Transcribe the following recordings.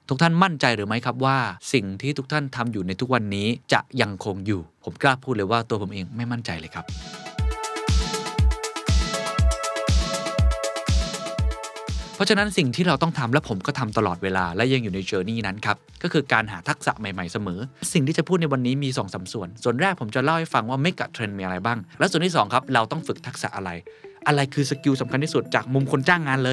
ทุกท่านมั่นใจหรือไม่ครับว่าสิ่งที่ทุกท่านทำอยู่ในทุกวันนี้จะยังคงอยู่ผมกล้าพูดเลยว่าตัวผมเองไม่มั่นใจเลยครับเพราะฉะนั้นสิ่งที่เราต้องทำและผมก็ทำตลอดเวลาและยังอยู่ในเจอร์นี่นั้นครับก็คือการหาทักษะใหม่ๆเสมอสิ่งที่จะพูดในวันนี้มี 2-3 ส่วนแรกผมจะเล่าให้ฟังว่าเมกะเทรนด์มีอะไรบ้างและส่วนที่2ครับเราต้องฝึกทักษะอะไรคือสกิลสำคัญที่สุดจากมุมคนจ้างงานเลย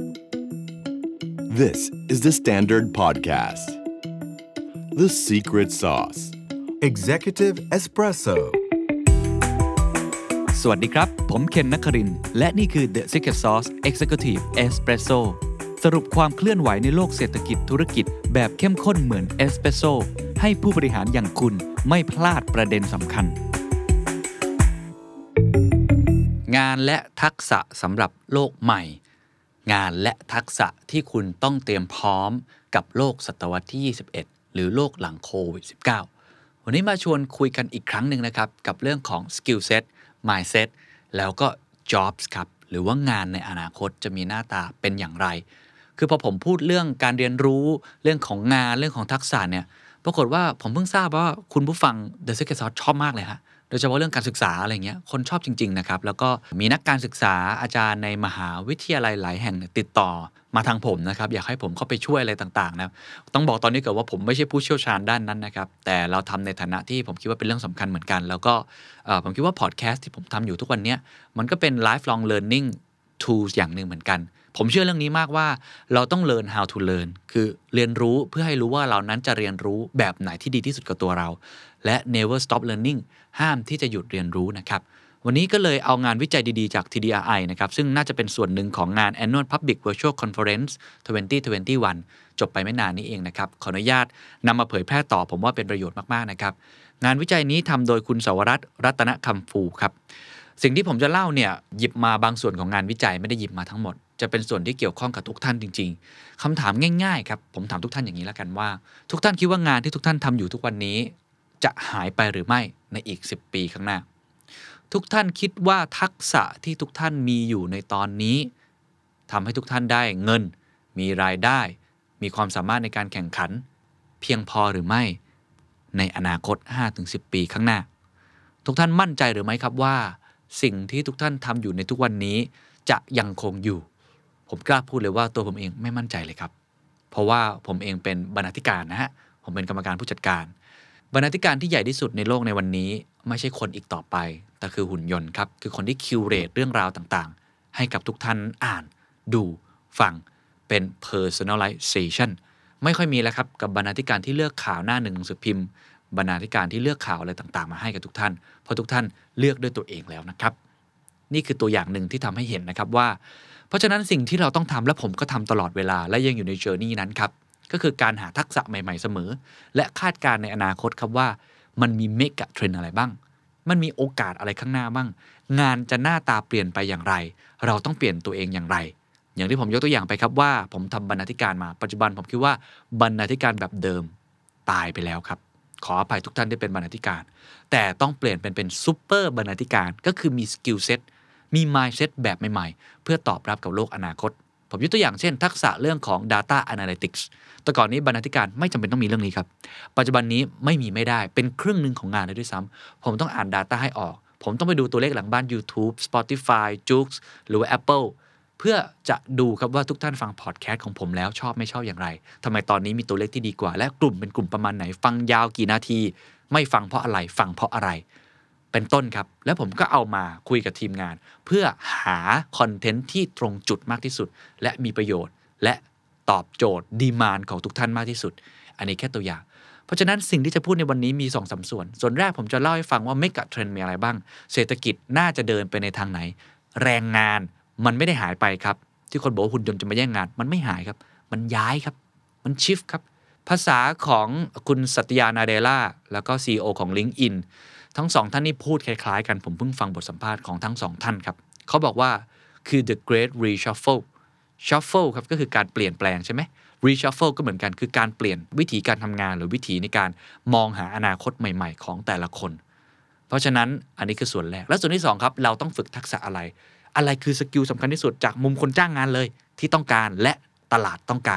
This is the Standard Podcast The Secret Sauce Executive Espresso สวัสดีครับผมเคนนครินทร์และนี่คือ The Secret Sauce Executive Espresso สรุปความเคลื่อนไหวในโลกเศรษฐกิจธุรกิจแบบเข้มข้นเหมือนเอสเปรสโซ่ให้ผู้บริหารอย่างคุณไม่พลาดประเด็นสำคัญงานและทักษะสำหรับโลกใหม่งานและทักษะที่คุณต้องเตรียมพร้อมกับโลกศตวรรษที่21หรือโลกหลังโควิด -19 วันนี้มาชวนคุยกันอีกครั้งหนึ่งนะครับกับเรื่องของ Skill Set Mindset แล้วก็ Jobs ครับหรือว่างานในอนาคตจะมีหน้าตาเป็นอย่างไรคือพอผมพูดเรื่องการเรียนรู้เรื่องของงานเรื่องของทักษะเนี่ยปรากฏว่าผมเพิ่งทราบว่าคุณผู้ฟัง The Secret Sauce ชอบมากเลยฮะโดยเฉพาะเรื่องการศึกษาอะไรเงี้ยคนชอบจริงๆนะครับแล้วก็มีนักการศึกษาอาจารย์ในมหาวิทยาลัยหลายแห่งติดต่อมาทางผมนะครับอยากให้ผมเข้าไปช่วยอะไรต่างๆนะต้องบอกตอนนี้ก่อนว่าผมไม่ใช่ผู้เชี่ยวชาญด้านนั้นนะครับแต่เราทำในฐานะที่ผมคิดว่าเป็นเรื่องสำคัญเหมือนกันแล้วก็ผมคิดว่าพอดแคสต์ที่ผมทำอยู่ทุกวันนี้มันก็เป็น lifelong learning tools อย่างหนึ่งเหมือนกันผมเชื่อเรื่องนี้มากว่าเราต้อง learn how to learn คือเรียนรู้เพื่อให้รู้ว่าเรานั้นจะเรียนรู้แบบไหนที่ดีที่สุดกับตัวเราและ never stop learning ห้ามที่จะหยุดเรียนรู้นะครับวันนี้ก็เลยเอางานวิจัยดีๆจาก TDRI นะครับซึ่งน่าจะเป็นส่วนหนึ่งของงาน Annual Public Virtual Conference 2021 จบไปไม่นานนี้เองนะครับขออนุญาตนำมาเผยแพร่ต่อผมว่าเป็นประโยชน์มากๆนะครับงานวิจัยนี้ทำโดยคุณสวรัตน์รัตนคำฟูครับสิ่งที่ผมจะเล่าเนี่ยหยิบมาบางส่วนของงานวิจัยไม่ได้หยิบมาทั้งหมดจะเป็นส่วนที่เกี่ยวข้องกับทุกท่านจริงๆคำถามง่ายๆครับผมถามทุกท่านอย่างนี้แล้วกันว่าทุกท่านคิดว่างานที่ทุกท่านทำอยู่ทุกวันนี้จะหายไปหรือไม่ในอีก10 ปีข้างหน้าทุกท่านคิดว่าทักษะที่ทุกท่านมีอยู่ในตอนนี้ทำให้ทุกท่านได้เงินมีรายได้มีความสามารถในการแข่งขันเพียงพอหรือไม่ในอนาคต 5-10 ปีข้างหน้าทุกท่านมั่นใจหรือไม่ครับว่าสิ่งที่ทุกท่านทำอยู่ในทุกวันนี้จะยังคงอยู่ผมกล้าพูดเลยว่าตัวผมเองไม่มั่นใจเลยครับเพราะว่าผมเองเป็นบรรณาธิการนะฮะผมเป็นกรรมการผู้จัดการบรรณาธิการที่ใหญ่ที่สุดในโลกในวันนี้ไม่ใช่คนอีกต่อไปแต่คือหุ่นยนต์ครับคือคนที่คิวเรตเรื่องราวต่างๆให้กับทุกท่านอ่านดูฟังเป็น personalization ไม่ค่อยมีแล้วครับกับบรรณาธิการที่เลือกข่าวหน้าหนึ่งหนังสือพิมพ์บรรณาธิการที่เลือกข่าวอะไรต่างๆมาให้กับทุกท่านเพราะทุกท่านเลือกด้วยตัวเองแล้วนะครับนี่คือตัวอย่างหนึ่งที่ทำให้เห็นนะครับว่าเพราะฉะนั้นสิ่งที่เราต้องทำและผมก็ทำตลอดเวลาและยังอยู่ในเจอร์นี่นั้นครับก็คือการหาทักษะใหม่ๆเสมอและคาดการณ์ในอนาคตครับว่ามันมีเมกะเทรนด์อะไรบ้างมันมีโอกาสอะไรข้างหน้าบ้างงานจะหน้าตาเปลี่ยนไปอย่างไรเราต้องเปลี่ยนตัวเองอย่างไรอย่างที่ผมยกตัวอย่างไปครับว่าผมทำบรรณาธิการมาปัจจุบันผมคิดว่าบรรณาธิการแบบเดิมตายไปแล้วครับขออภัยทุกท่านที่เป็นบรรณาธิการแต่ต้องเปลี่ยนเป็นซุปเปอร์บรรณาธิการก็คือมีสกิลเซ็ตมี mindset แบบใหม่ๆเพื่อตอบรับกับโลกอนาคตผมยกตัวอย่างเช่นทักษะเรื่องของ data analytics แต่ก่อนนี้บรรณาธิการไม่จำเป็นต้องมีเรื่องนี้ครับปัจจุบันนี้ไม่มีไม่ได้เป็นครึ่งนึงของงานเลยด้วยซ้ำผมต้องอ่าน data ให้ออกผมต้องไปดูตัวเลขหลังบ้าน YouTube Spotify Joox หรือว่า Apple เพื่อจะดูครับว่าทุกท่านฟังพอดแคสต์ของผมแล้วชอบไม่ชอบอย่างไรทำไมตอนนี้มีตัวเลขที่ดีกว่าและกลุ่มเป็นกลุ่มประมาณไหนฟังยาวกี่นาทีไม่ฟังเพราะอะไรฟังเพราะอะไรเป็นต้นครับแล้วผมก็เอามาคุยกับทีมงานเพื่อหาคอนเทนต์ที่ตรงจุดมากที่สุดและมีประโยชน์และตอบโจทย์ดีมานด์ของทุกท่านมากที่สุดอันนี้แค่ตัวอย่างเพราะฉะนั้นสิ่งที่จะพูดในวันนี้มี 2-3 ส่วนแรกผมจะเล่าให้ฟังว่าเมกะเทรนด์มีอะไรบ้างเศรษฐกิจน่าจะเดินไปในทางไหนแรงงานมันไม่ได้หายไปครับที่คนบอกว่าหุ่นยนต์จะมาแย่งงานมันไม่หายครับมันย้ายครับมันชิฟต์ครับภาษาของคุณสัตยานาเดล่าแล้วก็ CEO ของ LinkedIn ทั้งสองท่านนี่พูดคล้ายๆกันผมเพิ่งฟังบทสัมภาษณ์ของทั้งสองท่านครับเขาบอกว่าคือ the great reshuffle shuffle ครับก็คือการเปลี่ยนแปลงใช่ไหม reshuffle ก็เหมือนกันคือการเปลี่ยนวิธีการทำงานหรือวิธีในการมองหาอนาคตใหม่ๆของแต่ละคนเพราะฉะนั้นอันนี้คือส่วนแรกและส่วนที่2ครับเราต้องฝึกทักษะอะไรคือสกิลสำคัญที่สุดจากมุมคนจ้างงานเลยที่ต้องการและตลาดต้องการ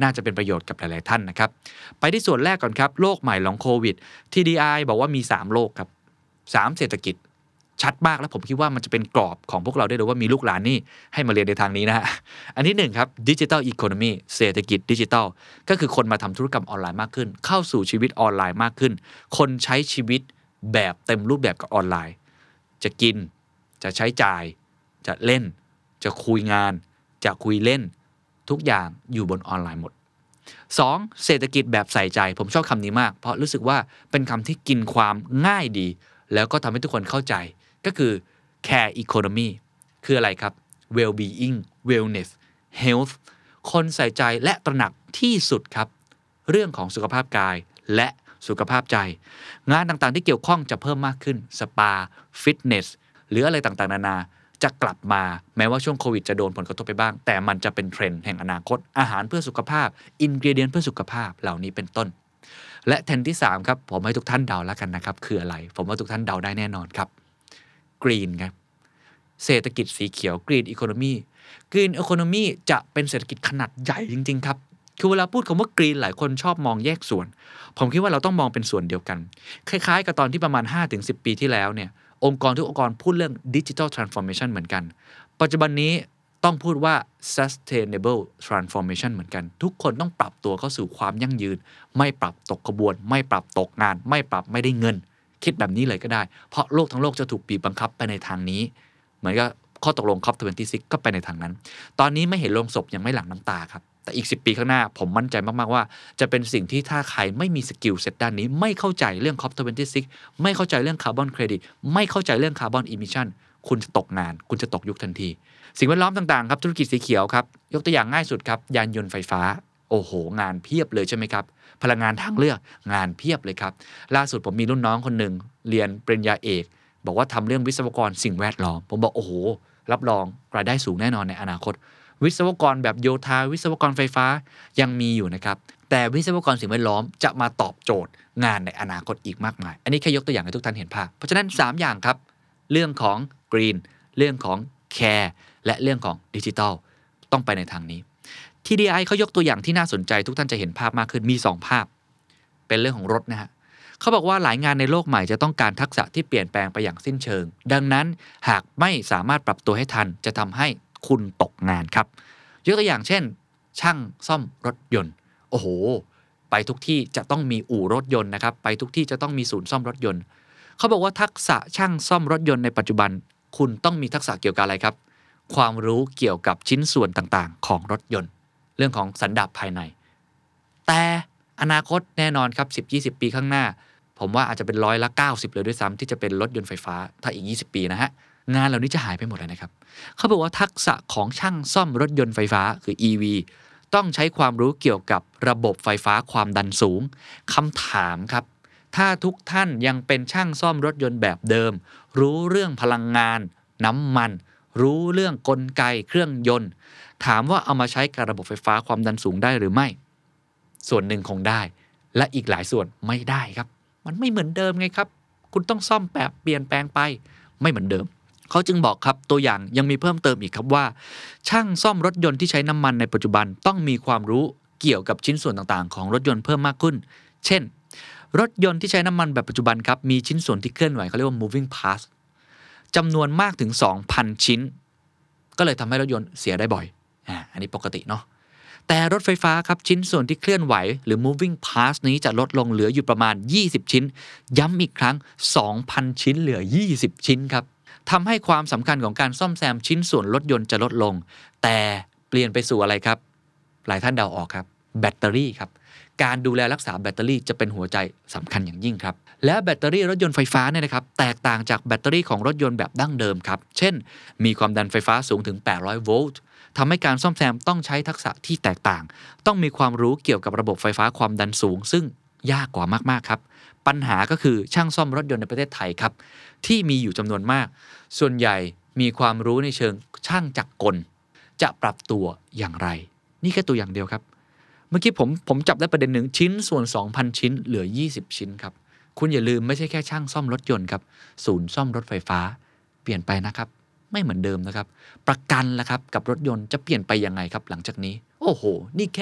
น่าจะเป็นประโยชน์กับหลายๆท่านนะครับไปที่ส่วนแรกก่อนครับโลกใหม่ของโควิด TDI บอกว่ามี3โลกครับ3เศรษฐกิจชัดมากแล้วผมคิดว่ามันจะเป็นกรอบของพวกเราได้เลยว่ามีลูกหลานนี่ให้มาเรียนในทางนี้นะฮะอันที่1ครับดิจิทัลอีโคโนมีเศรษฐกิจดิจิทัลก็คือคนมาทำธุรกรรมออนไลน์มากขึ้นเข้าสู่ชีวิตออนไลน์มากขึ้นคนใช้ชีวิตแบบเต็มรูปแบบกับออนไลน์จะกินจะใช้จ่ายจะเล่นจะคุยงานจะคุยเล่นทุกอย่างอยู่บนออนไลน์หมด2เศรษฐกิจแบบใส่ใจผมชอบคำนี้มากเพราะรู้สึกว่าเป็นคำที่กินความง่ายดีแล้วก็ทำให้ทุกคนเข้าใจก็คือ care economy คืออะไรครับ well being wellness health คนใส่ใจและตระหนักที่สุดครับเรื่องของสุขภาพกายและสุขภาพใจงานต่างๆที่เกี่ยวข้องจะเพิ่มมากขึ้นสปาฟิตเนสหรืออะไรต่างๆนานาจะกลับมาแม้ว่าช่วงโควิดจะโดนผลกระทบไปบ้างแต่มันจะเป็นเทรนด์แห่งอนาคตอาหารเพื่อสุขภาพอินกรีเดียนเพื่อสุขภาพเหล่านี้เป็นต้นและเทรนด์ที่3ครับผมให้ทุกท่านเดาแล้วกันนะครับคืออะไรผมว่าทุกท่านเดาได้แน่นอนครับกรีนครับเศรษฐกิจสีเขียวกรีนอีโคโนมีกรีนอีโคโนมีจะเป็นเศรษฐกิจขนาดใหญ่จริงๆครับคือเวลาพูดคำว่ากรีนหลายคนชอบมองแยกส่วนผมคิดว่าเราต้องมองเป็นส่วนเดียวกันคล้ายๆกับตอนที่ประมาณ 5-10 ปีที่แล้วเนี่ยองค์กรทุกองค์กรพูดเรื่อง Digital Transformation เหมือนกันปัจจุบันนี้ต้องพูดว่า Sustainable Transformation เหมือนกันทุกคนต้องปรับตัวเข้าสู่ความยั่งยืนไม่ปรับตกขบวนไม่ปรับตกงานไม่ปรับไม่ได้เงินคิดแบบนี้เลยก็ได้เพราะโลกทั้งโลกจะถูกบีบบังคับไปในทางนี้เหมือนกับข้อตกลง COP26 ก็ไปในทางนั้นตอนนี้ไม่เห็นโลงศพยังไม่หลั่งน้ำตาครับแต่อีก10 ปีข้างหน้าผมมั่นใจมากๆว่าจะเป็นสิ่งที่ถ้าใครไม่มีสกิลเซ็ตด้านนี้ไม่เข้าใจเรื่อง COP26 ไม่เข้าใจเรื่องคาร์บอนเครดิตไม่เข้าใจเรื่องคาร์บอนอิมิชันคุณจะตกงานคุณจะตกยุคทันทีสิ่งแวดล้อมต่างๆครับธุรกิจสีเขียวครับยกตัวอย่างง่ายสุดครับยานยนต์ไฟฟ้าโอ้โหงานเพียบเลยใช่ไหมครับพลังงานทางเลือกงานเพียบเลยครับล่าสุดผมมีรุ่นน้องคนหนึ่งเรียนปริญญาเอกบอกว่าทำเรื่องวิศวกรสิ่งแวดล้อมผมบอกโอ้โหรับรองรายได้สูงแน่นอนในอนาคตวิศวกรแบบโยธาวิศวกรไฟฟ้ายังมีอยู่นะครับแต่วิศวกรสิ่งแวดล้อมจะมาตอบโจทย์งานในอนาคตอีกมากมายอันนี้แค่ยกตัวอย่างให้ทุกท่านเห็นภาพเพราะฉะนั้น3อย่างครับเรื่องของ Green เรื่องของ Care และเรื่องของ Digital ต้องไปในทางนี้ TDI เขายกตัวอย่างที่น่าสนใจทุกท่านจะเห็นภาพมากขึ้นมี2ภาพเป็นเรื่องของรถนะฮะเขาบอกว่าหลายงานในโลกใหม่จะต้องการทักษะที่เปลี่ยนแปลงไปอย่างสิ้นเชิงดังนั้นหากไม่สามารถปรับตัวให้ทันจะทำให้คุณตกงานครับยกตัวอย่างเช่นช่างซ่อมรถยนต์โอ้โหไปทุกที่จะต้องมีอู่รถยนต์นะครับไปทุกที่จะต้องมีศูนย์ซ่อมรถยนต์เขาบอกว่าทักษะช่างซ่อมรถยนต์ในปัจจุบันคุณต้องมีทักษะเกี่ยวกับอะไรครับความรู้เกี่ยวกับชิ้นส่วนต่างๆของรถยนต์เรื่องของสันดาปภายในแต่อนาคตแน่นอนครับ 10-20 ปีข้างหน้าผมว่าอาจจะเป็น90%เลยด้วยซ้ำที่จะเป็นรถยนต์ไฟฟ้าถ้าอีก20 ปีนะฮะงานเหล่านี้จะหายไปหมดเลยนะครับเขาบอกว่าทักษะของช่างซ่อมรถยนต์ไฟฟ้าคือ EV ต้องใช้ความรู้เกี่ยวกับระบบไฟฟ้าความดันสูงคำถามครับถ้าทุกท่านยังเป็นช่างซ่อมรถยนต์แบบเดิมรู้เรื่องพลังงานน้ำมันรู้เรื่องกลไกเครื่องยนต์ถามว่าเอามาใช้กับระบบไฟฟ้าความดันสูงได้หรือไม่ส่วนหนึ่งคงได้และอีกหลายส่วนไม่ได้ครับมันไม่เหมือนเดิมไงครับคุณต้องซ่อมแบบเปลี่ยนแปลงไปไม่เหมือนเดิมเขาจึงบอกครับตัวอย่างยังมีเพิ่มเติมอีกครับว่าช่างซ่อมรถยนต์ที่ใช้น้ำมันในปัจจุบันต้องมีความรู้เกี่ยวกับชิ้นส่วนต่างๆของรถยนต์เพิ่มมากขึ้นเช่นรถยนต์ที่ใช้น้ำมันแบบปัจจุบันครับมีชิ้นส่วนที่เคลื่อนไหวเขาเรียกว่า moving parts จำนวนมากถึง 2,000 ชิ้นก็เลยทำให้รถยนต์เสียได้บ่อยอันนี้ปกติเนาะแต่รถไฟฟ้าครับชิ้นส่วนที่เคลื่อนไหวหรือ moving parts นี้จะลดลงเหลืออยู่ประมาณ20ชิ้นย้ำอีกครั้ง 2,000 ชิ้นเหลือ20ชิ้นครับทำให้ความสำคัญของการซ่อมแซมชิ้นส่วนรถยนต์จะลดลงแต่เปลี่ยนไปสู่อะไรครับหลายท่านเดาออกครับแบตเตอรี่ครับการดูแลรักษาแบตเตอรี่จะเป็นหัวใจสำคัญอย่างยิ่งครับและแบตเตอรี่รถยนต์ไฟฟ้าเนี่ยนะครับแตกต่างจากแบตเตอรี่ของรถยนต์แบบดั้งเดิมครับเช่นมีความดันไฟฟ้าสูงถึง800โวลต์ทำให้การซ่อมแซมต้องใช้ทักษะที่แตกต่างต้องมีความรู้เกี่ยวกับระบบไฟฟ้าความดันสูงซึ่งยากกว่ามากๆครับปัญหาก็คือช่างซ่อมรถยนต์ในประเทศไทยครับที่มีอยู่จำนวนมากส่วนใหญ่มีความรู้ในเชิงช่างจักรกลจะปรับตัวอย่างไรนี่แค่ตัวอย่างเดียวครับเมื่อกี้ผมจับได้ประเด็นหนึ่งชิ้นส่วน 2,000 ชิ้นเหลือ20ชิ้นครับคุณอย่าลืมไม่ใช่แค่ช่างซ่อมรถยนต์ครับศูนย์ซ่อมรถไฟฟ้าเปลี่ยนไปนะครับไม่เหมือนเดิมนะครับประกันล่ะครับกับรถยนต์จะเปลี่ยนไปยังไงครับหลังจากนี้โอ้โหนี่แค่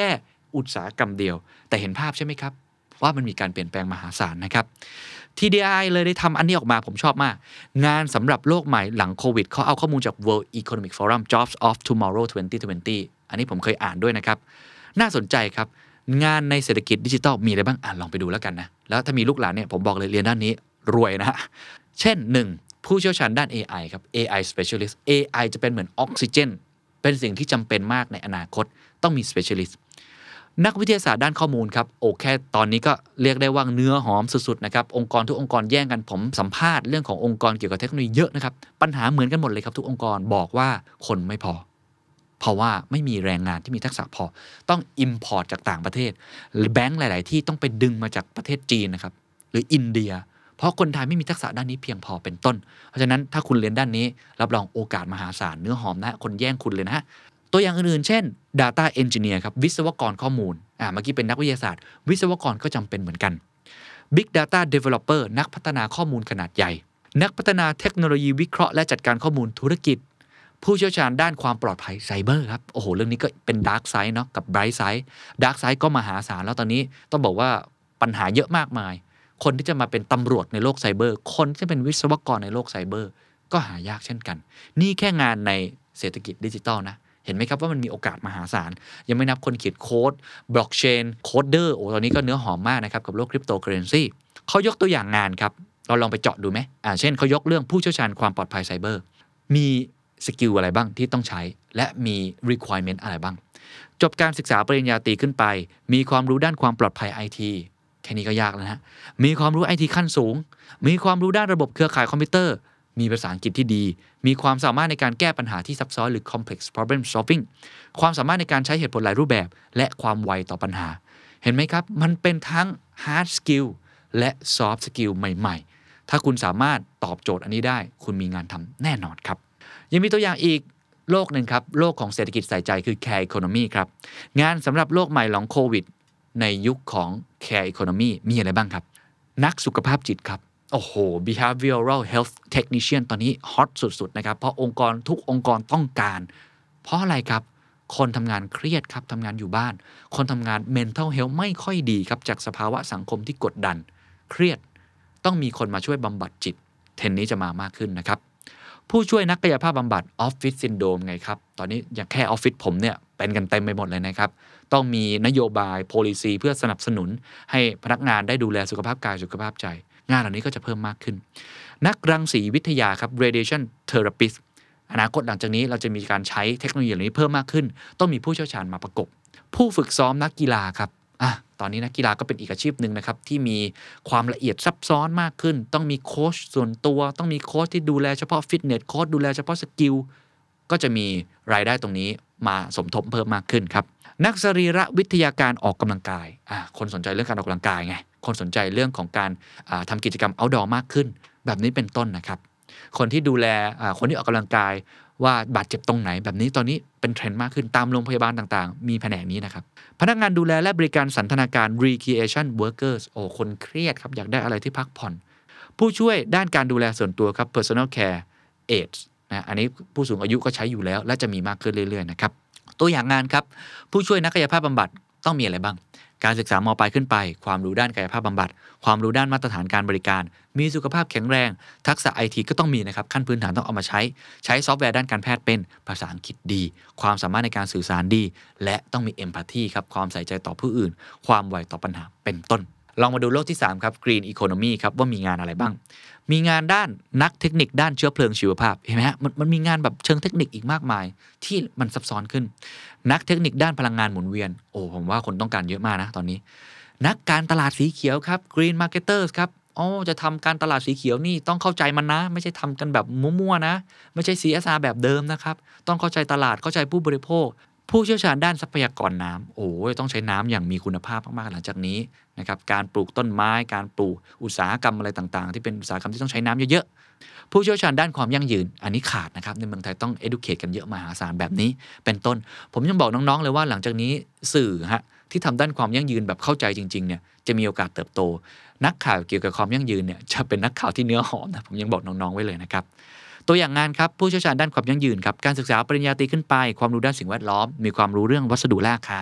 อุตสาหกรรมเดียวแต่เห็นภาพใช่ไหมครับว่ามันมีการเปลี่ยนแปลงมหาศาลนะครับ TDI เลยได้ทำอันนี้ออกมาผมชอบมากงานสำหรับโลกใหม่หลังโควิดเขาเอาข้อมูลจาก World Economic Forum Jobs of Tomorrow 2020 อันนี้ผมเคยอ่านด้วยนะครับน่าสนใจครับงานในเศรษฐกิจดิจิทัลมีอะไรบ้างลองไปดูแล้วกันนะแล้วถ้ามีลูกหลานเนี่ยผมบอกเลยเรียนด้านนี้รวยนะเช่น 1. ผู้เชี่ยวชาญด้าน AI ครับ AI Specialist AI จะเป็นเหมือนออกซิเจนเป็นสิ่งที่จำเป็นมากในอนาคตต้องมี Specialist นักวิทยาศาสตร์ด้านข้อมูลครับแค่ตอนนี้ก็เรียกได้ว่าเนื้อหอมสุดๆนะครับองค์กรทุกองค์กรแย่งกันผมสัมภาษณ์เรื่องขององค์กรเกี่ยวกับเทคโนโลยีเยอะนะครับปัญหาเหมือนกันหมดเลยครับทุกองค์กรบอกว่าคนไม่พอเพราะว่าไม่มีแรงงานที่มีทักษะพอต้อง import จากต่างประเทศหรือแบงก์หลายๆที่ต้องไปดึงมาจากประเทศจีนนะครับหรืออินเดียเพราะคนไทยไม่มีทักษะด้านนี้เพียงพอเป็นต้นเพราะฉะนั้นถ้าคุณเรียนด้านนี้รับรองโอกาสมหาศาลเนื้อหอมนะคนแย่งคุณเลยนะตัวอย่างอื่นๆเช่น Data Engineer ครับวิศวกรข้อมูลเมื่อกี้เป็นนักวิทยาศาสตร์วิศวกรก็จำเป็นเหมือนกัน Big Data Developer นักพัฒนาข้อมูลขนาดใหญ่นักพัฒนาเทคโนโลยีวิเคราะห์และจัดการข้อมูลธุรกิจผู้เชี่ยวชาญด้านความปลอดภัยไซเบอร์ครับเรื่องนี้ก็เป็น Dark Side เนาะกับ Bright Side Dark Side ก็มหาศาลแล้วตอนนี้ต้องบอกว่าปัญหาเยอะมากมายคนที่จะมาเป็นตำรวจในโลกไซเบอร์คนที่จะเป็นวิศวกรในโลกไซเบอร์ก็หายากเช่นกันนี่แค่งานในเศรษฐกิจดิจิทัลนะเห็นไหมครับว่ามันมีโอกาสมหาศาลยังไม่นับคนเขียนโค้ดบล็อกเชนโคดเดอร์ตอนนี้ก็เนื้อหอมมากนะครับกับโลกคริปโตเคอเรนซีเขายกตัวอย่างงานครับเราลองไปเจาะดูไหมเช่นเขายกเรื่องผู้เชี่ยวชาญความปลอดภัยไซเบอร์มีสกิลอะไรบ้างที่ต้องใช้และมี requirement อะไรบ้างจบการศึกษาปริญญาตรีขึ้นไปมีความรู้ด้านความปลอดภัย IT แค่นี้ก็ยากแล้วนะมีความรู้ IT ขั้นสูงมีความรู้ด้านระบบเครือข่ายคอมพิวเตอร์มีภาษาอังกฤษที่ดีมีความสามารถในการแก้ปัญหาที่ซับซ้อนหรือ complex problem solving ความสามารถในการใช้เหตุผลหลายรูปแบบและความไวต่อปัญหาเห็นไหมครับมันเป็นทั้ง hard skill และ soft skill ใหม่ๆถ้าคุณสามารถตอบโจทย์อันนี้ได้คุณมีงานทำแน่นอนครับยังมีตัวอย่างอีกโลกหนึ่งครับโลกของเศรษฐกิจใส่ใจคือ care economy ครับงานสำหรับโลกใหม่หลังโควิดในยุคของ care economy มีอะไรบ้างครับนักสุขภาพจิตครับbehavioral health technician ตอนนี้ฮอตสุดๆนะครับเพราะองค์กรทุกองค์กรต้องการเพราะอะไรครับคนทำงานเครียดครับทำงานอยู่บ้านคนทำงาน mental health ไม่ค่อยดีครับจากสภาวะสังคมที่กดดันเครียดต้องมีคนมาช่วยบำบัดจิตเทรนด์นี้จะมามากขึ้นนะครับผู้ช่วยนักกายภาพบำบัดออฟฟิศซินโดรมไงครับตอนนี้อย่างแค่ออฟฟิศผมเนี่ยเป็นกันเต็มไปหมดเลยนะครับต้องมีนโยบาย policy เพื่อสนับสนุนให้พนักงานได้ดูแลสุขภาพกายสุขภาพใจงานเหล่านี้ก็จะเพิ่มมากขึ้นนักรังสีวิทยาครับ radiation therapist อนาคตหลังจากนี้เราจะมีการใช้เทคโนโลยีเหล่านี้เพิ่มมากขึ้นต้องมีผู้เชี่ยวชาญมาประกบผู้ฝึกซ้อมนักกีฬาครับตอนนี้นักกีฬาก็เป็นอีกอาชีพหนึ่งนะครับที่มีความละเอียดซับซ้อนมากขึ้นต้องมีโค้ชส่วนตัวต้องมีโค้ชที่ดูแลเฉพาะฟิตเนสโค้ชดูแลเฉพาะสกิลก็จะมีรายได้ตรงนี้มาสมทบเพิ่มมากขึ้นครับนักสรีระวิทยาการออกกำลังกายคนสนใจเรื่องการออกกำลังกายไงคนสนใจเรื่องของการทำกิจกรรม outdoor มากขึ้นแบบนี้เป็นต้นนะครับคนที่ดูแลคนที่ออกกำลังกายว่าบาดเจ็บตรงไหนแบบนี้ตอนนี้เป็นเทรนด์มากขึ้นตามโรงพยาบาลต่างๆมีแผนกนี้นะครับพนักงานดูแลและบริการสันทนาการ recreation workers คนเครียดครับอยากได้อะไรที่พักผ่อนผู้ช่วยด้านการดูแลส่วนตัวครับ personal care aides นะอันนี้ผู้สูงอายุก็ใช้อยู่แล้วและจะมีมากขึ้นเรื่อยๆนะครับตัวอย่างงานครับผู้ช่วยนักกายภาพบำบัดต้องมีอะไรบ้างการศึกษาม.ปลายขึ้นไปความรู้ด้านกายภาพบำบัดความรู้ด้านมาตรฐานการบริการมีสุขภาพแข็งแรงทักษะ IT ก็ต้องมีนะครับขั้นพื้นฐานต้องเอามาใช้ซอฟต์แวร์ด้านการแพทย์เป็นภาษาอังกฤษดีความสามารถในการสื่อสารดีและต้องมี empathy ครับความใส่ใจต่อผู้อื่นความไวต่อปัญหาเป็นต้นลองมาดูโลกที่3ครับ green economy ครับว่ามีงานอะไรบ้างมีงานด้านนักเทคนิคด้านเชื้อเพลิงชีวภาพเห็นไหมฮะมันมีงานแบบเชิงเทคนิคอีกมากมายที่มันซับซ้อนขึ้นนักเทคนิคด้านพลังงานหมุนเวียนผมว่าคนต้องการเยอะมากนะตอนนี้นักการตลาดสีเขียวครับ green marketers ครับจะทำการตลาดสีเขียวนี่ต้องเข้าใจมันนะไม่ใช่ทำกันแบบมั่วๆนะไม่ใช่ CSR แบบเดิมนะครับต้องเข้าใจตลาดเข้าใจผู้บริโภคผู้เชี่ยวชาญด้านทรัพยากรน้ำต้องใช้น้ำอย่างมีคุณภาพมากๆหลังจากนี้นะครับการปลูกต้นไม้การปลูกอุตสาหกรรมอะไรต่างๆที่เป็นอุตสาหกรรมที่ต้องใช้น้ำเยอะๆผู้เชี่ยวชาญด้านความยั่งยืนอันนี้ขาดนะครับในเมืองไทยต้อง educate กันเยอะมหาศาลแบบนี้เป็นต้นผมยังบอกน้องๆเลยว่าหลังจากนี้สื่อที่ทำด้านความยั่งยืนแบบเข้าใจจริงๆเนี่ยจะมีโอกาสเติบโตนักข่าวเกี่ยวกับความยั่งยืนเนี่ยจะเป็นนักข่าวที่เนื้อหอมนะผมยังบอกน้องๆไว้เลยนะครับตัวอย่างงานครับผู้เชี่ยวชาญด้านความยั่งยืนครับการศึกษาปริญญาตรีขึ้นไปความรู้ด้านสิ่งแวดล้อมมีความรู้เรื่องวัสดุและอาคาร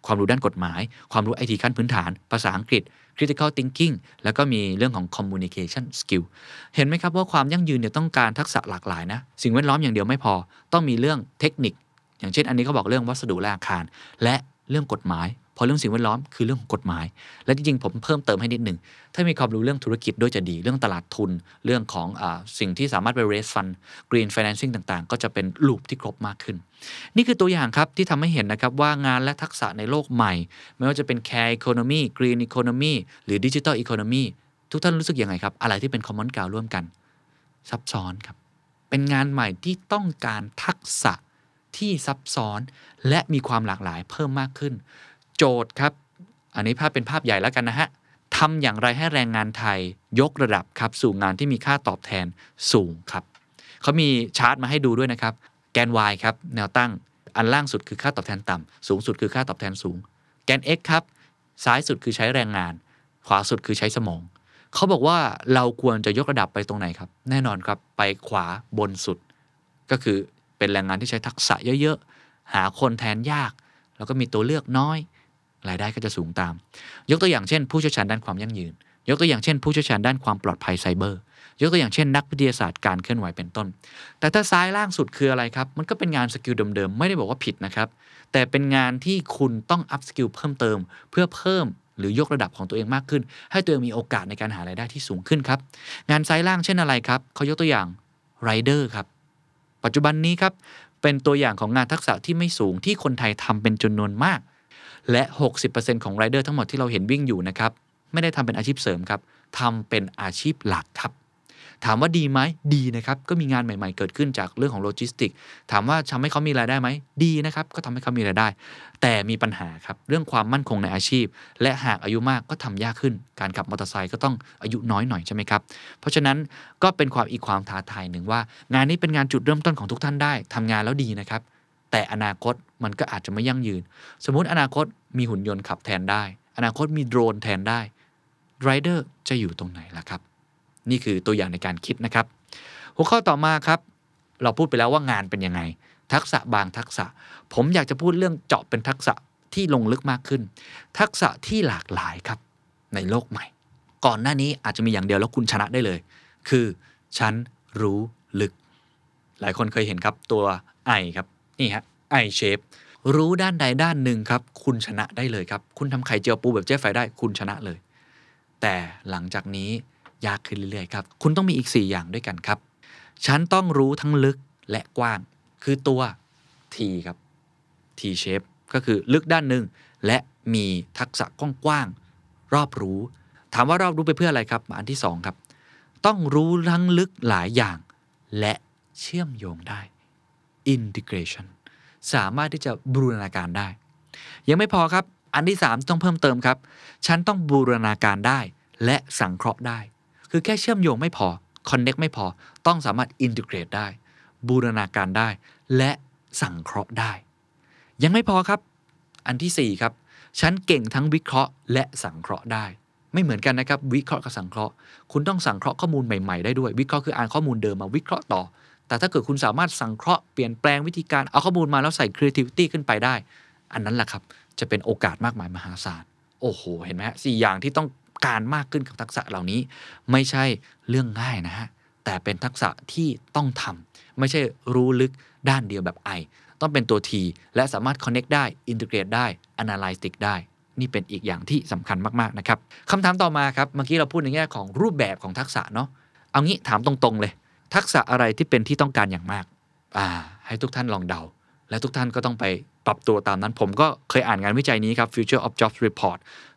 ความรู้ด้านกฎหมายความรู้ IT ขั้นพื้นฐานภาษาอังกฤษ critical thinking แล้วก็มีเรื่องของ communication skill เห็นไหมครับว่าความยั่งยืนเนี่ยต้องการทักษะหลากหลายนะสิ่งแวดล้อมอย่างเดียวไม่พอต้องมีเรื่องเทคนิคอย่างเช่นอันนี้เขาบอกเรื่องวัสดุและอาคารและเรื่องกฎหมายพอเรื่องสิ่งแวดล้อมคือเรื่องของกฎหมายและจริงๆผมเพิ่มเติมให้นิดหนึ่งถ้ามีความรู้เรื่องธุรกิจด้วยจะดีเรื่องตลาดทุนเรื่องของสิ่งที่สามารถไป raise fund green financing ต่างๆก็จะเป็นลูปที่ครบมากขึ้นนี่คือตัวอย่างครับที่ทำให้เห็นนะครับว่างานและทักษะในโลกใหม่ไม่ว่าจะเป็น care economy green economy หรือ digital economy ทุกท่านรู้สึกยังไงครับอะไรที่เป็น common ground ร่วมกันซับซ้อนครับเป็นงานใหม่ที่ต้องการทักษะที่ซับซ้อนและมีความหลากหลายเพิ่มมากขึ้นโจทย์ครับอันนี้ภาพเป็นภาพใหญ่แล้วกันนะฮะทำอย่างไรให้แรงงานไทยยกระดับครับสู่งานที่มีค่าตอบแทนสูงครับเขามีชาร์ตมาให้ดูด้วยนะครับแกน Y ครับแนวตั้งอันล่างสุดคือค่าตอบแทนต่ำสูงสุดคือค่าตอบแทนสูงแกน X ครับซ้ายสุดคือใช้แรงงานขวาสุดคือใช้สมองเขาบอกว่าเราควรจะยกระดับไปตรงไหนครับแน่นอนครับไปขวาบนสุดก็คือเป็นแรงงานที่ใช้ทักษะเยอะๆหาคนแทนยากแล้วก็มีตัวเลือกน้อยรายได้ก็จะสูงตามยกตัวอย่างเช่นผู้เชี่ยวชาญด้านความยั่งยืนยกตัวอย่างเช่นผู้เชี่ยวชาญด้านความปลอดภัยไซเบอร์ยกตัวอย่างเช่นนักวิทยาศาสตร์การเคลื่อนไหวเป็นต้นแต่ถ้าซ้ายล่างสุดคืออะไรครับมันก็เป็นงานสกิลเดิมๆไม่ได้บอกว่าผิดนะครับแต่เป็นงานที่คุณต้องอัพสกิลเพิ่มเติมเพื่อเพิ่มหรือยกระดับของตัวเองมากขึ้นให้ตัวเองมีโอกาสในการหารายได้ที่สูงขึ้นครับงานซ้ายล่างเช่นอะไรครับเขายกตัวอย่างไรเดอร์ครับปัจจุบันนี้ครับเป็นตัวอย่างของงานทักษะที่ไม่สูงที่คนไทยทำเป็นจำนวนมากและ 60% ของไรเดอร์ทั้งหมดที่เราเห็นวิ่งอยู่นะครับไม่ได้ทำเป็นอาชีพเสริมครับทำเป็นอาชีพหลักครับถามว่าดีไหมดีนะครับก็มีงานใหม่ๆเกิดขึ้นจากเรื่องของโลจิสติกถามว่าทำให้เขามีรายได้ไหมดีนะครับก็ทำให้เขามีรายได้แต่มีปัญหาครับเรื่องความมั่นคงในอาชีพและหากอายุมากก็ทำยากขึ้นการขับมอเตอร์ไซค์ก็ต้องอายุน้อยหน่อยใช่ไหมครับเพราะฉะนั้นก็เป็นความท้าทายหนึ่งว่างานนี้เป็นงานจุดเริ่มต้นของทุกท่านได้ทำงานแล้วดีนะครับแต่อนาคตมันก็อาจจะไม่ยั่งยืนสมมุติอนาคตมีหุ่นยนต์ขับแทนได้อนาคตมีโดรนแทนได้ไรเดอร์จะอยู่ตรงไหนล่ะครับนี่คือตัวอย่างในการคิดนะครับหัวข้อต่อมาครับเราพูดไปแล้วว่างานเป็นยังไงทักษะบางทักษะผมอยากจะพูดเรื่องเจาะเป็นทักษะที่ลงลึกมากขึ้นทักษะที่หลากหลายครับในโลกใหม่ก่อนหน้านี้อาจจะมีอย่างเดียวแล้วคุณชนะได้เลยคือฉันรู้ลึกหลายคนเคยเห็นครับตัว I ครับนี่ฮะ I shape รู้ด้านใดด้านหนึ่งครับคุณชนะได้เลยครับคุณทำไข่เจียวปูแบบเจ๊ไฝได้คุณชนะเลยแต่หลังจากนี้ยากขึ้นเรื่อยๆครับคุณต้องมีอีก4อย่างด้วยกันครับฉันต้องรู้ทั้งลึกและกว้างคือตัว T ครับ T shape ก็คือลึกด้านหนึ่งและมีทักษะกว้างๆรอบรู้ถามว่ารอบรู้ไปเพื่ออะไรครับมาอันที่2ครับต้องรู้ทั้งลึกหลายอย่างและเชื่อมโยงได้ integration สามารถที่จะบูรณาการได้ยังไม่พอครับอันที่3ต้องเพิ่มเติมครับฉันต้องบูรณาการได้และสังเคราะห์ได้คือแค่เชื่อมโยงไม่พอ connect ไม่พอต้องสามารถ integrate ได้บูรณาการได้และสังเคราะห์ได้ยังไม่พอครับอันที่4ครับฉันเก่งทั้งวิเคราะห์และสังเคราะห์ได้ไม่เหมือนกันนะครับวิเคราะห์กับสังเคราะห์คุณต้องสังเคราะห์ข้อมูลใหม่ๆได้ด้วยวิเคราะห์คืออ่านข้อมูลเดิมมาวิเคราะห์ต่อแต่ถ้าเกิดคุณสามารถสังเคราะห์เปลี่ยนแปลงวิธีการเอาข้อมูลมาแล้วใส่ creativity ขึ้นไปได้อันนั้นแหละครับจะเป็นโอกาสมากมายมหาศาลโอ้โหเห็นไหมฮะ4อย่างที่ต้องการมากขึ้นกับทักษะเหล่านี้ไม่ใช่เรื่องง่ายนะฮะแต่เป็นทักษะที่ต้องทำไม่ใช่รู้ลึกด้านเดียวแบบ I ต้องเป็นตัว T และสามารถ connect ได้ integrate ได้ analytic ได้นี่เป็นอีกอย่างที่สำคัญมากๆนะครับคำถามต่อมาครับเมื่อกี้เราพูดในแง่ของรูปแบบของทักษะเนาะเอางี้ถามตรงๆเลยทักษะอะไรที่เป็นที่ต้องการอย่างมากให้ทุกท่านลองเดาและทุกท่านก็ต้องไปปรับตัวตามนั้นผมก็เคยอ่านงานวิจัยนี้ครับ Future of Jobs Report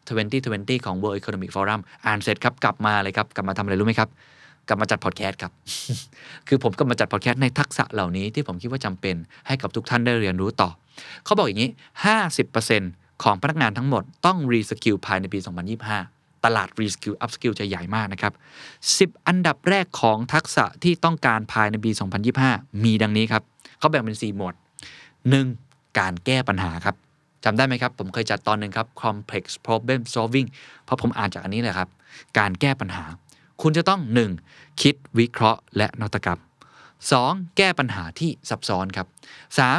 2020 ของ World Economic Forum อ่านเสร็จครับกลับมาเลยครับกลับมาทำอะไรรู้ไหมครับกลับมาจัดพอดแคสต์ครับ คือผมก็มาจัดพอดแคสต์ในทักษะเหล่านี้ที่ผมคิดว่าจำเป็นให้กับทุกท่านได้เรียนรู้ต่อเขาบอกอย่างนี้ 50% ของพนักงานทั้งหมดต้องรีสกิลภายในปี 2025 ตลาดรีสกิลอัพสกิลจะใหญ่มากนะครับ10 อันดับแรกของทักษะที่ต้องการภายในปี 2025 มีดังนี้ครับเขาแบ่งเป็น4หมวด 1. การแก้ปัญหาครับจำได้ไหมครับผมเคยจัดตอนหนึ่งครับ complex problem solving เพราะผมอ่านจากอันนี้แหละครับการแก้ปัญหาคุณจะต้อง 1. คิดวิเคราะห์และนวัตกรรม 2. แก้ปัญหาที่ซับซ้อนครับ 3.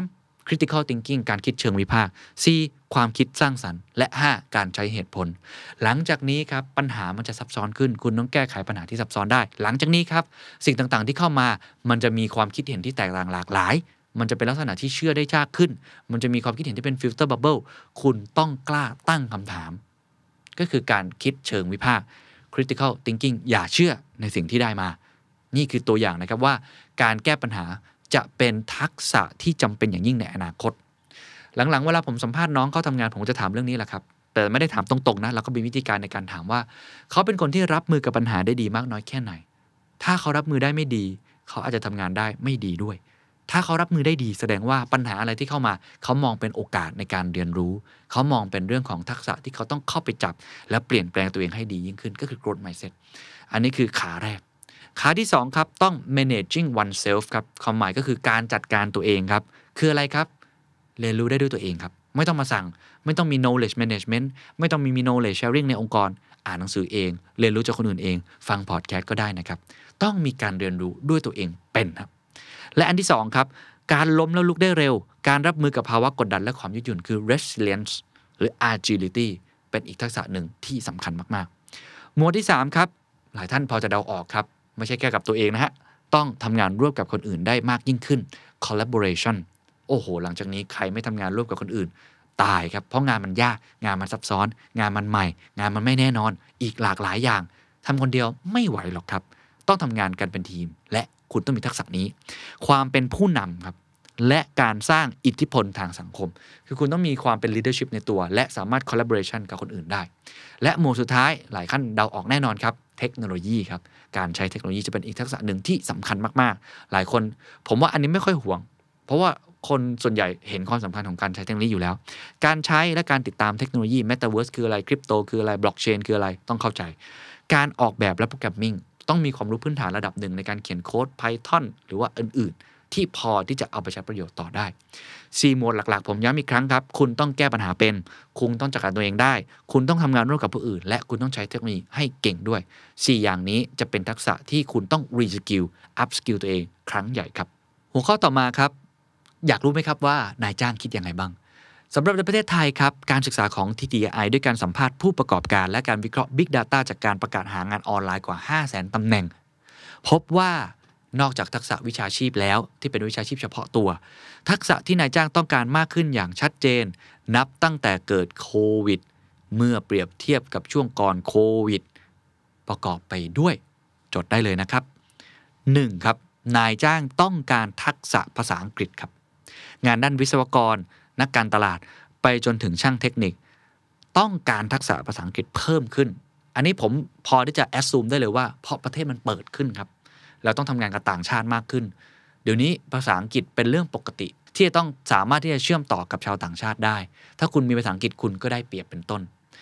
critical thinking การคิดเชิงวิพากษ์ C ความคิดสร้างสรรค์และ 5 การใช้เหตุผลหลังจากนี้ครับปัญหามันจะซับซ้อนขึ้นคุณต้องแก้ไขปัญหาที่ซับซ้อนได้หลังจากนี้ครับสิ่งต่างๆที่เข้ามามันจะมีความคิดเห็นที่แตกต่างหลากหลายมันจะเป็นลักษณะที่เชื่อได้ยากขึ้นมันจะมีความคิดเห็นที่เป็น filter bubble คุณต้องกล้าตั้งคำถามก็คือการคิดเชิงวิพากษ์ critical thinking อย่าเชื่อในสิ่งที่ได้มานี่คือตัวอย่างนะครับว่าการแก้ปัญหาจะเป็นทักษะที่จำเป็นอย่างยิ่งในอนาคตหลังๆเวลาผมสัมภาษณ์น้องเข้าทำงานผมจะถามเรื่องนี้แหละครับแต่ไม่ได้ถามตรงๆนะเราก็มีวิธีการในการถามว่าเขาเป็นคนที่รับมือกับปัญหาได้ดีมากน้อยแค่ไหนถ้าเขารับมือได้ไม่ดีเขาอาจจะทำงานได้ไม่ดีด้วยถ้าเขารับมือได้ดีแสดงว่าปัญหาอะไรที่เข้ามาเขามองเป็นโอกาสในการเรียนรู้เขามองเป็นเรื่องของทักษะที่เขาต้องเข้าไปจับและเปลี่ยนแปลงตัวเองให้ดียิ่งขึ้นก็คือ growth mindset อันนี้คือขาแรกขาที่2ครับต้อง managing oneself ครับความหมายก็คือการจัดการตัวเองครับคืออะไรครับเรียนรู้ได้ด้วยตัวเองครับไม่ต้องมาสั่งไม่ต้องมี knowledge management ไม่ต้องมี knowledge sharing ในองค์กรอ่านหนังสือเองเรียนรู้จากคนอื่นเองฟังพอดแคสต์ก็ได้นะครับต้องมีการเรียนรู้ด้วยตัวเองเป็นครับและอันที่2ครับการล้มแล้วลุกได้เร็วการรับมือกับภาวะกดดันและความยืดหยุ่นคือ resilience หรือ agility เป็นอีกทักษะหนึ่งที่สำคัญมากๆหมวดที่3ครับหลายท่านพอจะเดาออกครับไม่ใช่แค่กับตัวเองนะฮะต้องทำงานร่วมกับคนอื่นได้มากยิ่งขึ้น collaboration โอ้โหหลังจากนี้ใครไม่ทำงานร่วมกับคนอื่นตายครับเพราะงานมันยากงานมันซับซ้อนงานมันใหม่งานมันไม่แน่นอนอีกหลากหลายอย่างทำคนเดียวไม่ไหวหรอกครับต้องทำงานกันเป็นทีมและคุณต้องมีทักษะนี้ความเป็นผู้นำครับและการสร้างอิทธิพลทางสังคมคือคุณต้องมีความเป็น leadership ในตัวและสามารถ collaboration กับคนอื่นได้และหมวดสุดท้ายหลายขั้นเดาออกแน่นอนครับเทคโนโลยีครับการใช้เทคโนโลยีจะเป็นอีกทักษะหนึ่งที่สำคัญมากๆหลายคนผมว่าอันนี้ไม่ค่อยห่วงเพราะว่าคนส่วนใหญ่เห็นความสำคัญของการใช้เทคโนโลยีอยู่แล้วการใช้และการติดตามเทคโนโลยี Metaverse คืออะไรคริปโตคืออะไร Blockchain คืออะไรต้องเข้าใจการออกแบบและโปรแกรมมิ่งต้องมีความรู้พื้นฐานระดับหนึ่งในการเขียนโค้ด Python หรือว่าอื่นๆที่พอที่จะเอาไปใช้ประโยชน์ต่อได้4 หมวดหลักๆผมย้ำอีกครั้งครับคุณต้องแก้ปัญหาเป็นคุณต้องจัดการตัวเองได้คุณต้องทำงานร่วมกับผู้อื่นและคุณต้องใช้เทคโนโลยีให้เก่งด้วย4 อย่างนี้จะเป็นทักษะที่คุณต้อง reskill upskill ตัวเองครั้งใหญ่ครับหัวข้อต่อมาครับอยากรู้ไหมครับว่านายจ้างคิดยังไงบ้างสำหรับในประเทศไทยครับการศึกษาของ TTI ด้วยการสัมภาษณ์ผู้ประกอบการและการวิเคราะห์ Big Data จากการประกาศหางานออนไลน์กว่า 500,000 ตำแหน่งพบว่านอกจากทักษะวิชาชีพแล้วที่เป็นวิชาชีพเฉพาะตัวทักษะที่นายจ้างต้องการมากขึ้นอย่างชัดเจนนับตั้งแต่เกิดโควิดเมื่อเปรียบเทียบกับช่วงก่อนโควิดประกอบไปด้วยจดได้เลยนะครับ 1. ครับนายจ้างต้องการทักษะภาษาอังกฤษครับงานด้านวิศวกรนักการตลาดไปจนถึงช่างเทคนิคต้องการทักษะภาษาอังกฤษเพิ่มขึ้นอันนี้ผมพอที่จะแอสซูมได้เลยว่าเพราะประเทศมันเปิดขึ้นครับเราต้องทำงานกับต่างชาติมากขึ้นเดี๋ยวนี้ภาษาอังกฤษเป็นเรื่องปกติที่จะต้องสามารถที่จะเชื่อมต่อกับชาวต่างชาติได้ถ้าคุณมีภาษาอังกฤษคุณก็ได้เปรียบเป็นต้น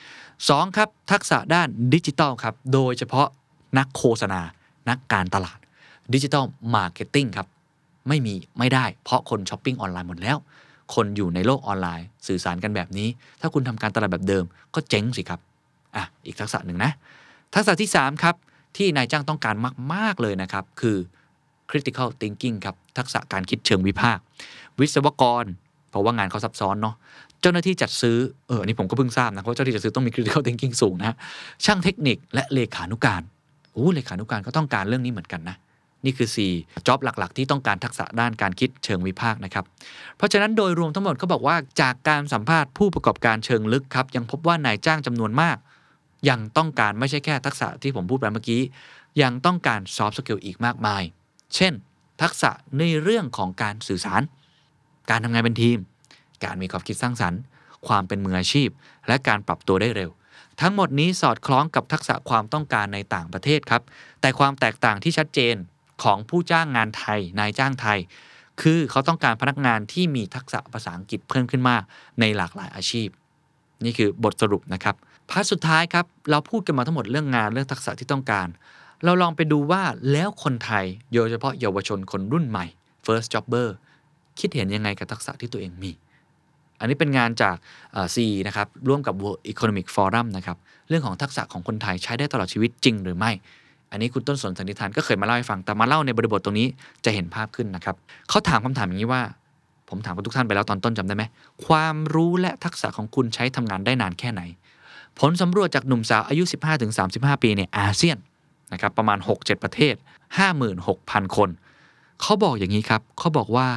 2. ครับทักษะด้านดิจิทัลครับโดยเฉพาะนักโฆษณานักการตลาดดิจิทัลมาร์เก็ตติ้งครับไม่ได้เพราะคนช้อปปิ้งออนไลน์หมดแล้วคนอยู่ในโลกออนไลน์สื่อสารกันแบบนี้ถ้าคุณทำการตลาดแบบเดิมก็เจ๊งสิครับอีกทักษะหนึ่งนะทักษะที่3ครับที่นายจ้างต้องการมากๆเลยนะครับคือ critical thinking ครับทักษะการคิดเชิงวิพากษ์วิศวกรเพราะว่างานเขาซับซ้อนเนาะเจ้าหน้าที่จัดซื้ออันนี้ผมก็เพิ่งทราบนะเพราะเจ้าหน้าที่จัดซื้อต้องมี critical thinking สูงนะช่างเทคนิคและเลขานุการเลขานุการก็ต้องการเรื่องนี้เหมือนกันนะนี่คือ4 จ็อบหลักๆที่ต้องการทักษะด้านการคิดเชิงวิพากษ์นะครับเพราะฉะนั้นโดยรวมทั้งหมดเขาบอกว่าจากการสัมภาษณ์ผู้ประกอบการเชิงลึกครับยังพบว่านายจ้างจำนวนมากยังต้องการไม่ใช่แค่ทักษะที่ผมพูดไปเมื่อกี้ยังต้องการ soft skill อีกมากมายเช่นทักษะในเรื่องของการสื่อสารการทำงานเป็นทีมการมีความคิดสร้างสรรค์ความเป็นมืออาชีพและการปรับตัวได้เร็วทั้งหมดนี้สอดคล้องกับทักษะความต้องการในต่างประเทศครับแต่ความแตกต่างที่ชัดเจนของผู้จ้างงานไทยนายจ้างไทยคือเขาต้องการพนักงานที่มีทักษะภาษาอังกฤษเพิ่มขึ้นมากในหลากหลายอาชีพนี่คือบทสรุปนะครับพาร์ทสุดท้ายครับเราพูดกันมาทั้งหมดเรื่องงานเรื่องทักษะที่ต้องการเราลองไปดูว่าแล้วคนไทยโดยเฉพาะเยาวชนคนรุ่นใหม่ first jobber คิดเห็นยังไงกับทักษะที่ตัวเองมีอันนี้เป็นงานจากC นะครับร่วมกับ World Economic Forum นะครับเรื่องของทักษะของคนไทยใช้ได้ตลอดชีวิตจริงหรือไม่อันนี้คุณต้นสนสันนิษฐานก็เคยมาเล่าให้ฟังแต่มาเล่าในบริบทตรงนี้จะเห็นภาพขึ้นนะครับเขาถามคำถามอย่างนี้ว่าผมถามทุกท่านไปแล้วตอนต้นจำได้ไหมความรู้และทักษะของคุณใช้ทำงานได้นานแค่ไหนผลสำรวจจากหนุ่มสาวอายุ 15-35 ปีในอาเซียนนะครับประมาณ 6-7 ประเทศ 56,000 คนเขาบอกอย่างนี้ครับเขาบอกว่า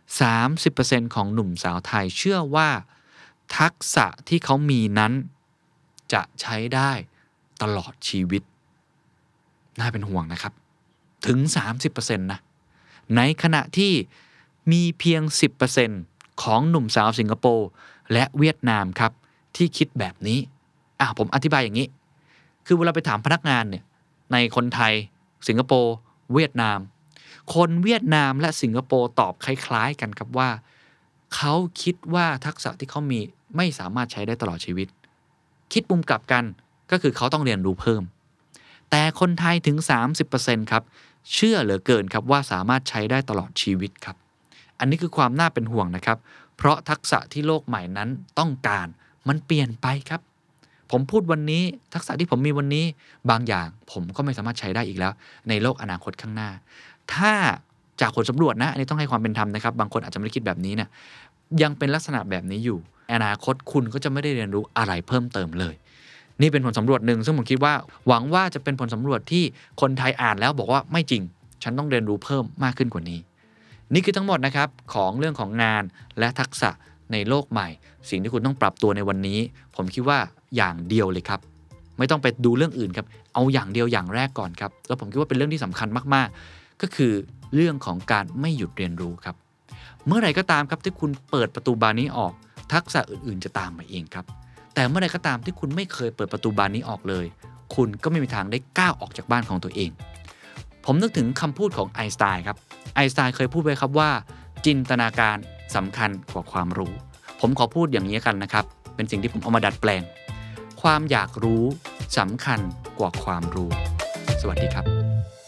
30% ของหนุ่มสาวไทยเชื่อว่าทักษะที่เขามีนั้นจะใช้ได้ตลอดชีวิตน่าเป็นห่วงนะครับถึง 30% นะในขณะที่มีเพียง 10% ของหนุ่มสาวสิงคโปร์และเวียดนามครับที่คิดแบบนี้ผมอธิบายอย่างนี้คือเวลาไปถามพนักงานเนี่ยในคนไทยสิงคโปร์เวียดนามคนเวียดนามและสิงคโปร์ตอบคล้ายๆกันครับว่าเขาคิดว่าทักษะที่เขามีไม่สามารถใช้ได้ตลอดชีวิตคิดมุมกลับกันก็คือเขาต้องเรียนรู้เพิ่มแต่คนไทยถึง 30% ครับเชื่อเหลือเกินครับว่าสามารถใช้ได้ตลอดชีวิตครับอันนี้คือความน่าเป็นห่วงนะครับเพราะทักษะที่โลกใหม่นั้นต้องการมันเปลี่ยนไปครับผมพูดวันนี้ทักษะที่ผมมีวันนี้บางอย่างผมก็ไม่สามารถใช้ได้อีกแล้วในโลกอนาคตข้างหน้าถ้าจากผลสำรวจนะอันนี้ต้องให้ความเป็นธรรมนะครับบางคนอาจจะไม่ได้คิดแบบนี้นะยังเป็นลักษณะแบบนี้อยู่อนาคตคุณก็จะไม่ได้เรียนรู้อะไรเพิ่มเติมเลยนี่เป็นผลสำรวจหนึ่งซึ่งผมคิดว่าหวังว่าจะเป็นผลสำรวจที่คนไทยอ่านแล้วบอกว่าไม่จริงฉันต้องเรียนรู้เพิ่มมากขึ้นกว่านี้นี่คือทั้งหมดนะครับของเรื่องของงานและทักษะในโลกใหม่สิ่งที่คุณต้องปรับตัวในวันนี้ผมคิดว่าอย่างเดียวเลยครับไม่ต้องไปดูเรื่องอื่นครับเอาอย่างเดียวอย่างแรกก่อนครับแล้วผมคิดว่าเป็นเรื่องที่สำคัญมากๆก็คือเรื่องของการไม่หยุดเรียนรู้ครับเมื่อไหร่ก็ตามครับที่คุณเปิดประตูบานนี้ออกทักษะอื่นๆจะตามมาเองครับแต่เมื่อไหร่ก็ตามที่คุณไม่เคยเปิดประตูบานนี้ออกเลยคุณก็ไม่มีทางได้ก้าวออกจากบ้านของตัวเองผมนึกถึงคำพูดของไอน์สไตน์ครับไอน์สไตน์เคยพูดไว้ครับว่าจินตนาการสำคัญกว่าความรู้ผมขอพูดอย่างนี้กันนะครับเป็นสิ่งที่ผมเอามาดัดแปลงความอยากรู้สำคัญกว่าความรู้สวัสดีครับ